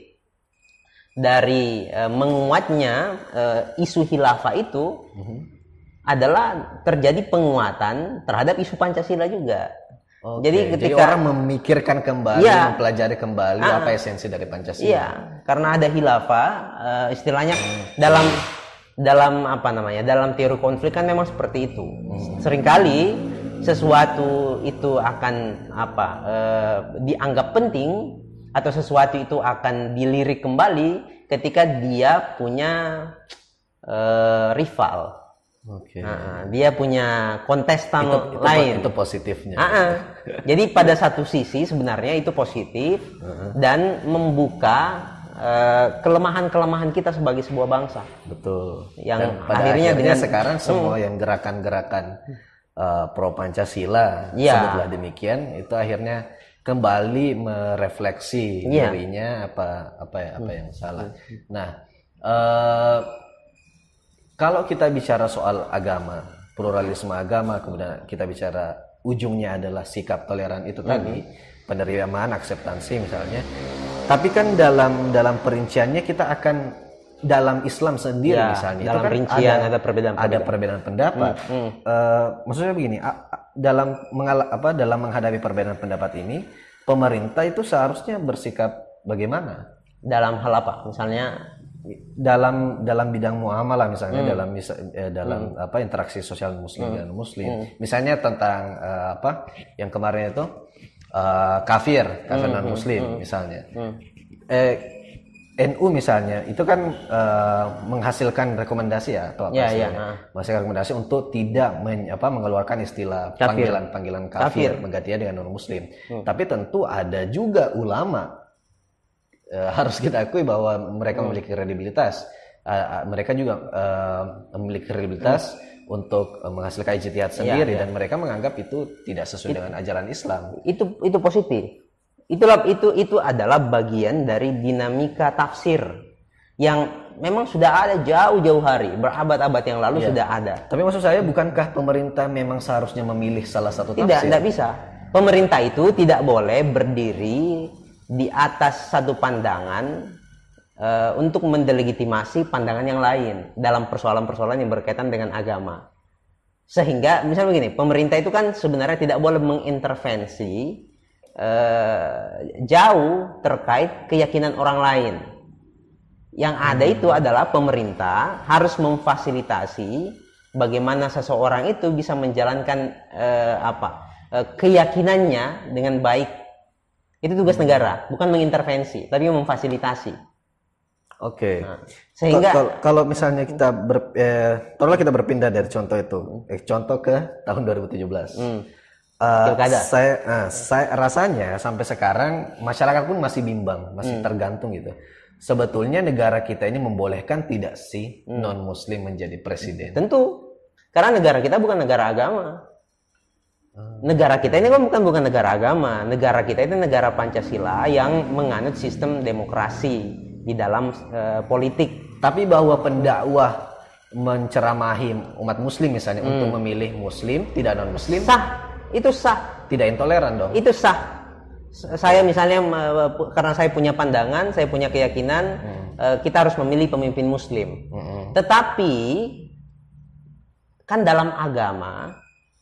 dari uh, menguatnya uh, isu khilafah itu mm-hmm. adalah terjadi penguatan terhadap isu Pancasila juga. Oke, jadi ketika jadi orang memikirkan kembali, ya, mempelajari kembali ah, apa esensi dari Pancasila. Iya, karena ada khilafah, uh, istilahnya hmm. dalam dalam apa namanya? Dalam teori konflik kan memang seperti itu. Hmm. Seringkali sesuatu itu akan apa? Uh, dianggap penting atau sesuatu itu akan dilirik kembali ketika dia punya uh, rival. Oke. Nah, dia punya kontestan itu, itu, lain. Itu positifnya. Uh-uh. Jadi pada satu sisi sebenarnya itu positif uh-huh. dan membuka uh, kelemahan-kelemahan kita sebagai sebuah bangsa. Betul. Yang dan pada akhirnya, akhirnya dengan sekarang semua hmm. yang gerakan-gerakan uh, pro Pancasila ya. sebutlah demikian itu akhirnya kembali merefleksi ya. dirinya apa apa ya apa yang salah. Nah. Uh, Kalau kita bicara soal agama, pluralisme agama, kemudian kita bicara ujungnya adalah sikap toleran itu tadi, mm-hmm. penerimaan, akseptansi misalnya. Tapi kan dalam dalam perinciannya kita akan dalam Islam sendiri ya, misalnya dalam itu kan rincian ada, ada perbedaan ada perbedaan pendapat. Mm-hmm. Uh, maksudnya begini, dalam mengal- apa dalam menghadapi perbedaan pendapat ini, pemerintah itu seharusnya bersikap bagaimana? Dalam hal apa? Misalnya dalam dalam bidang muamalah misalnya hmm. dalam eh, dalam hmm. apa interaksi sosial muslim hmm. dan muslim hmm. misalnya tentang uh, apa yang kemarin itu uh, kafir kafir hmm. non muslim hmm. misalnya hmm. eh, N U misalnya itu kan uh, menghasilkan rekomendasi ya atau apa ya, sih ya, ya, menghasilkan rekomendasi untuk tidak men, apa mengeluarkan istilah panggilan panggilan kafir, kafir. menggantinya dengan non muslim hmm. tapi tentu ada juga ulama Uh, harus kita akui bahwa mereka memiliki kredibilitas uh, mereka juga uh, memiliki kredibilitas hmm. untuk uh, menghasilkan ijtihad sendiri ya, ya. Dan mereka menganggap itu tidak sesuai itu, dengan ajaran Islam. Itu itu positif. Itulah itu itu adalah bagian dari dinamika tafsir yang memang sudah ada jauh-jauh hari, berabad-abad yang lalu ya. Sudah ada. Tapi maksud saya, bukankah pemerintah memang seharusnya memilih salah satu tafsir? Tidak, tidak bisa. Pemerintah itu tidak boleh berdiri di atas satu pandangan uh, untuk mendelegitimasi pandangan yang lain dalam persoalan-persoalan yang berkaitan dengan agama. Sehingga misalnya begini, pemerintah itu kan sebenarnya tidak boleh mengintervensi uh, jauh terkait keyakinan orang lain. Yang ada itu adalah pemerintah harus memfasilitasi bagaimana seseorang itu bisa menjalankan uh, apa uh, keyakinannya dengan baik. Itu tugas negara, bukan mengintervensi, tapi memfasilitasi. Oke. Okay. Nah, sehingga kalau, kalau misalnya kita ber, eh, taruhlah kita berpindah dari contoh itu, eh, contoh ke tahun dua ribu tujuh belas. Hmm. Uh, saya, uh, saya rasanya sampai sekarang masyarakat pun masih bimbang, masih hmm. tergantung gitu. Sebetulnya negara kita ini membolehkan tidak sih hmm. non Muslim menjadi presiden? Tentu, karena negara kita bukan negara agama. Negara kita ini kan bukan bukan negara agama. Negara kita itu negara Pancasila yang menganut sistem demokrasi di dalam uh, politik. Tapi bahwa pendakwah menceramahi umat Muslim misalnya hmm. untuk memilih Muslim tidak non Muslim, sah. Itu sah. Tidak intoleran dong. Itu sah. Saya misalnya karena saya punya pandangan, saya punya keyakinan, hmm. uh, kita harus memilih pemimpin Muslim. Hmm. Tetapi kan dalam agama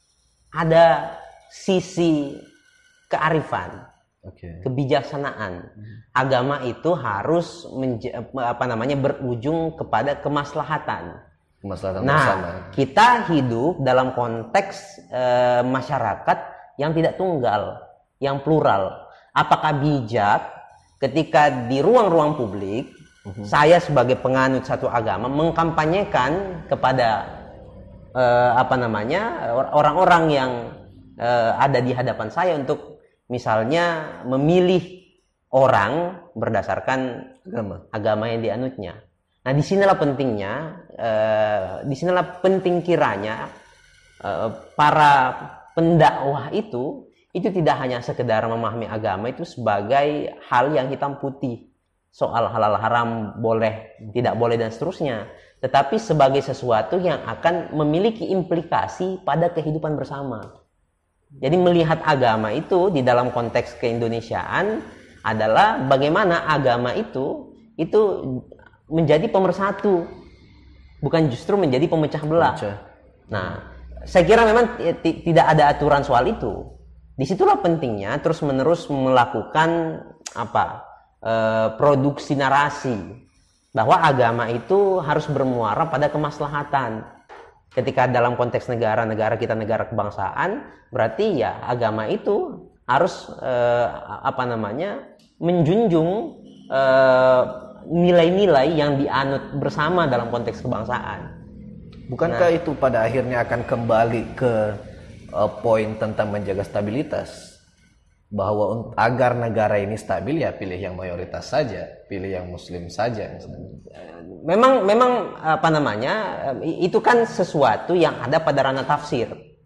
ada sisi kearifan, okay. kebijaksanaan. Hmm. Agama itu harus menja- apa namanya berujung kepada kemaslahatan. Kemaslahatan nah, bersama. Kita hidup dalam konteks e, masyarakat yang tidak tunggal, yang plural. Apakah bijak ketika di ruang-ruang publik, hmm. saya sebagai penganut satu agama mengkampanyekan kepada Uh, apa namanya orang-orang yang uh, ada di hadapan saya untuk misalnya memilih orang berdasarkan agama, agama yang dianutnya. Nah, disinilah pentingnya, uh, disinilah penting kiranya uh, para pendakwah itu itu tidak hanya sekedar memahami agama itu sebagai hal yang hitam putih, soal halal haram boleh tidak boleh dan seterusnya, tetapi sebagai sesuatu yang akan memiliki implikasi pada kehidupan bersama. Jadi melihat agama itu di dalam konteks keindonesiaan adalah bagaimana agama itu itu menjadi pemersatu, bukan justru menjadi pemecah belah. Nah, saya kira memang t- tidak ada aturan soal itu. Disitulah pentingnya terus menerus melakukan apa eh, produksi narasi. Bahwa agama itu harus bermuara pada kemaslahatan. Ketika dalam konteks negara-negara kita negara kebangsaan, berarti ya agama itu harus eh, apa namanya menjunjung eh, nilai-nilai yang dianut bersama dalam konteks kebangsaan. Bukankah nah, itu pada akhirnya akan kembali ke uh, poin tentang menjaga stabilitas? Bahwa agar negara ini stabil ya pilih yang mayoritas saja, pilih yang Muslim saja. Memang memang apa namanya itu kan sesuatu yang ada pada ranah tafsir,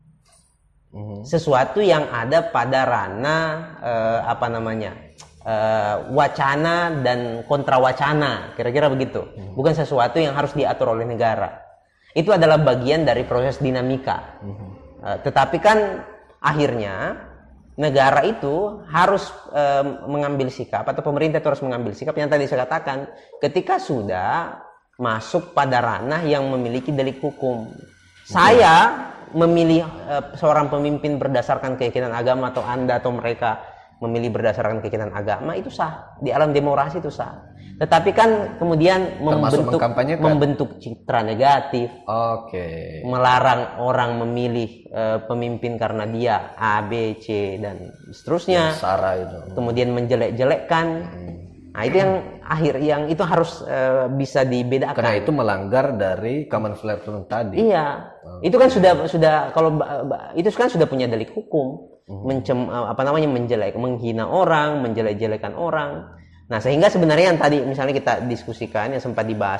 mm-hmm. sesuatu yang ada pada ranah eh, apa namanya eh, wacana dan kontra wacana, kira-kira begitu. Mm-hmm. Bukan sesuatu yang harus diatur oleh negara. Itu adalah bagian dari proses dinamika. Mm-hmm. Eh, tetapi kan akhirnya negara itu harus e, mengambil sikap atau pemerintah itu harus mengambil sikap yang tadi saya katakan ketika sudah masuk pada ranah yang memiliki delik hukum. Okay. Saya memilih e, seorang pemimpin berdasarkan keyakinan agama atau Anda atau mereka memilih berdasarkan keyakinan agama itu sah. Di alam demokrasi itu sah. Tetapi kan kemudian membentuk membentuk citra negatif. Oke. Okay. Melarang orang memilih uh, pemimpin karena dia A, B, C dan seterusnya. Sara itu. Kemudian menjelek-jelekkan. Hmm. Nah, itu yang akhir yang itu harus uh, bisa dibedakan. Karena itu melanggar dari common platform tadi. Iya. Okay. Itu kan sudah sudah kalau itu kan sudah punya delik hukum. Hmm. Mencem apa namanya menjelek, menghina orang, menjelek-jelekan orang. Nah, sehingga sebenarnya yang tadi misalnya kita diskusikan yang sempat dibahas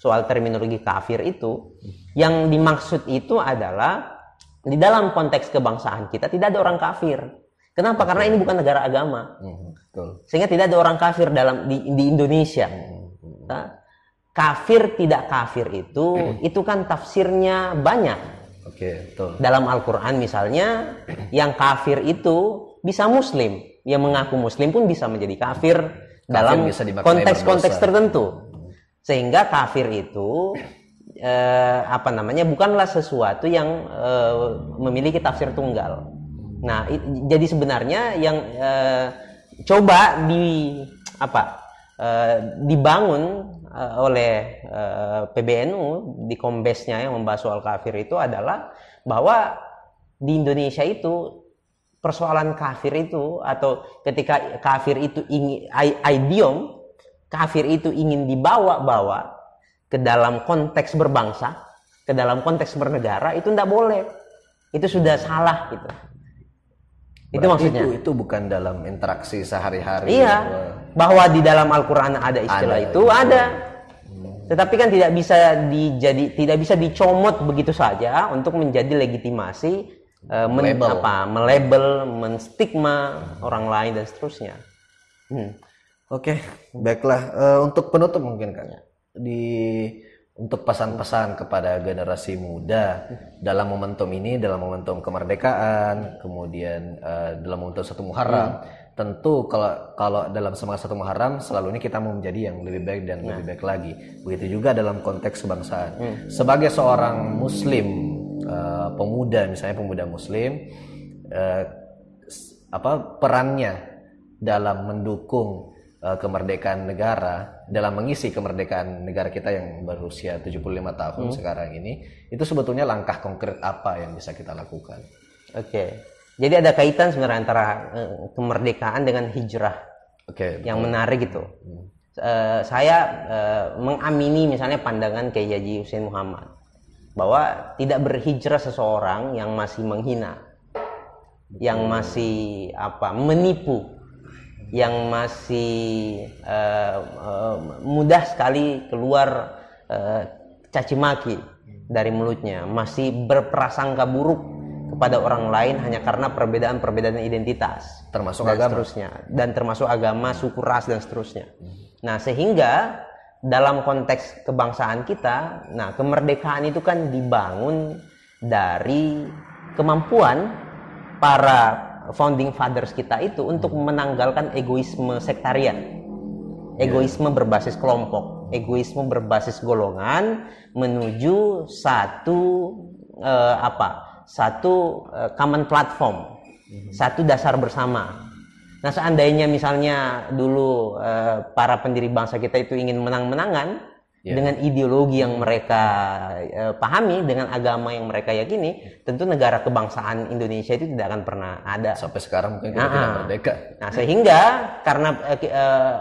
soal terminologi kafir itu, yang dimaksud itu adalah di dalam konteks kebangsaan kita tidak ada orang kafir. Kenapa? Karena ini bukan negara agama. Hmm, betul. Sehingga tidak ada orang kafir dalam di, di Indonesia. Hmm. Nah, kafir tidak kafir itu, hmm. itu kan tafsirnya banyak. Oke, betul. Dalam Al-Quran misalnya, yang kafir itu bisa muslim. Yang mengaku muslim pun bisa menjadi kafir, kafir dalam konteks-konteks tertentu. Sehingga kafir itu eh, apa namanya bukanlah sesuatu yang eh, memiliki tafsir tunggal. Nah, it, jadi sebenarnya yang eh, coba di apa eh, dibangun eh, oleh eh, P B N U di Kombesnya yang membahas soal kafir itu adalah bahwa di Indonesia itu persoalan kafir itu atau ketika kafir itu ingin idiom kafir itu ingin dibawa-bawa ke dalam konteks berbangsa, ke dalam konteks bernegara itu tidak boleh. Itu sudah salah gitu. Itu maksudnya. Itu, itu bukan dalam interaksi sehari-hari. Iya. Bahwa di dalam Al-Qur'an ada istilah ada, itu, itu ada. Hmm. Tetapi kan tidak bisa dijadi tidak bisa dicomot begitu saja untuk menjadi legitimasi uh, men, apa, melabel, menstigma hmm. orang lain dan seterusnya. Hmm. Oke, baiklah. Uh, untuk penutup mungkin kan di untuk pesan-pesan kepada generasi muda dalam momentum ini, dalam momentum kemerdekaan, kemudian uh, dalam momentum satu Muharram, hmm. tentu kalau kalau dalam semangat satu Muharram selalu ini kita mau menjadi yang lebih baik dan nah. lebih baik lagi. Begitu juga dalam konteks kebangsaan. Hmm. Sebagai seorang Muslim, uh, pemuda misalnya pemuda Muslim, uh, apa perannya dalam mendukung uh, kemerdekaan negara, dalam mengisi kemerdekaan negara kita yang berusia tujuh puluh lima tahun hmm. sekarang ini, itu sebetulnya langkah konkret apa yang bisa kita lakukan? Oke, okay. Jadi ada kaitan sebenarnya antara uh, kemerdekaan dengan hijrah, okay, yang betul. Menarik gitu. Hmm. Uh, saya uh, mengamini misalnya pandangan Kiai Haji Hussein Muhammad bahwa tidak berhijrah seseorang yang masih menghina, betul. Yang masih apa menipu, yang masih uh, uh, mudah sekali keluar uh, caci maki dari mulutnya, masih berprasangka buruk kepada orang lain hanya karena perbedaan-perbedaan identitas, termasuk dan agama, seterusnya, dan termasuk agama, suku, ras dan seterusnya. Nah, sehingga dalam konteks kebangsaan kita, nah kemerdekaan itu kan dibangun dari kemampuan para founding fathers kita itu untuk menanggalkan egoisme sektarian, egoisme berbasis kelompok, egoisme berbasis golongan menuju satu eh, apa, satu eh, common platform, satu dasar bersama. Nah, seandainya misalnya dulu eh, para pendiri bangsa kita itu ingin menang-menangan yeah. dengan ideologi yang mereka eh, pahami, dengan agama yang mereka yakini, tentu negara kebangsaan Indonesia itu tidak akan pernah ada. Sampai sekarang mungkin kita nah, tidak merdeka. Nah, sehingga karena eh, eh,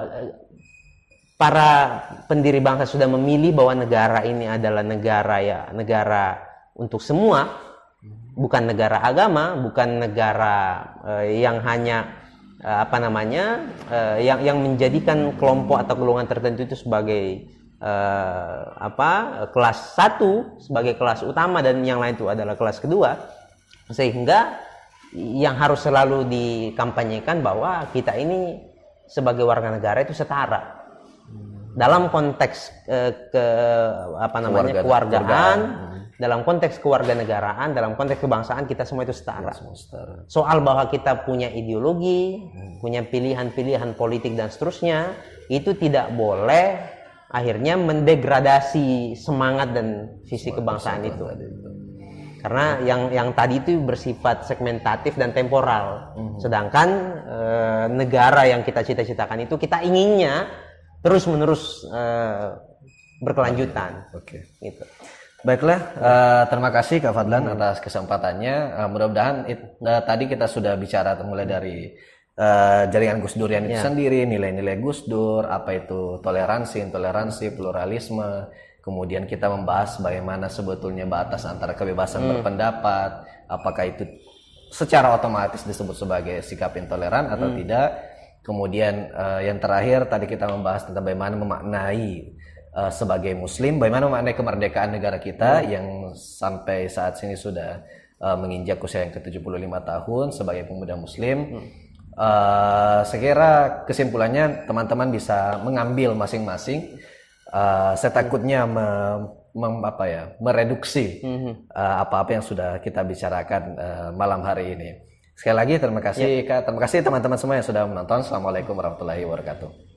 para pendiri bangsa sudah memilih bahwa negara ini adalah negara ya negara untuk semua, bukan negara agama, bukan negara eh, yang hanya eh, apa namanya eh, yang yang menjadikan kelompok atau golongan tertentu itu sebagai Uh, apa kelas satu sebagai kelas utama dan yang lain itu adalah kelas kedua, sehingga yang harus selalu dikampanyekan bahwa kita ini sebagai warga negara itu setara dalam konteks uh, ke apa namanya Keluarga, kewargaan, kewargaan. Dalam konteks kewarganegaraan, dalam konteks kebangsaan kita semua itu setara. setara. Soal bahwa kita punya ideologi, hmm. punya pilihan-pilihan politik dan seterusnya, itu tidak boleh akhirnya mendegradasi semangat dan visi kebangsaan itu. Karena yang yang tadi itu bersifat segmentatif dan temporal. Mm-hmm. Sedangkan e, negara yang kita cita-citakan itu kita inginnya terus-menerus e, berkelanjutan. Oke. Okay. Gitu. Baiklah, uh, terima kasih Kak Fadlan hmm. atas kesempatannya. Uh, mudah-mudahan it, uh, tadi kita sudah bicara mulai dari Uh, jaringan Gus Durian itu yeah. sendiri, nilai-nilai Gus Dur, apa itu toleransi, intoleransi, pluralisme. Kemudian kita membahas bagaimana sebetulnya batas antara kebebasan hmm. berpendapat, apakah itu secara otomatis disebut sebagai sikap intoleran atau hmm. tidak. Kemudian uh, yang terakhir tadi kita membahas tentang bagaimana memaknai uh, sebagai Muslim, bagaimana makna kemerdekaan negara kita hmm. yang sampai saat ini sudah uh, menginjak usia yang ke tujuh puluh lima tahun sebagai pemuda Muslim. Hmm. Uh, saya kira kesimpulannya teman-teman bisa mengambil masing-masing. Uh, saya takutnya me, mem, apa ya, mereduksi uh, apa-apa yang sudah kita bicarakan uh, malam hari ini. Sekali lagi terima kasih, ya. Kak. Terima kasih teman-teman semua yang sudah menonton. Assalamualaikum warahmatullahi wabarakatuh.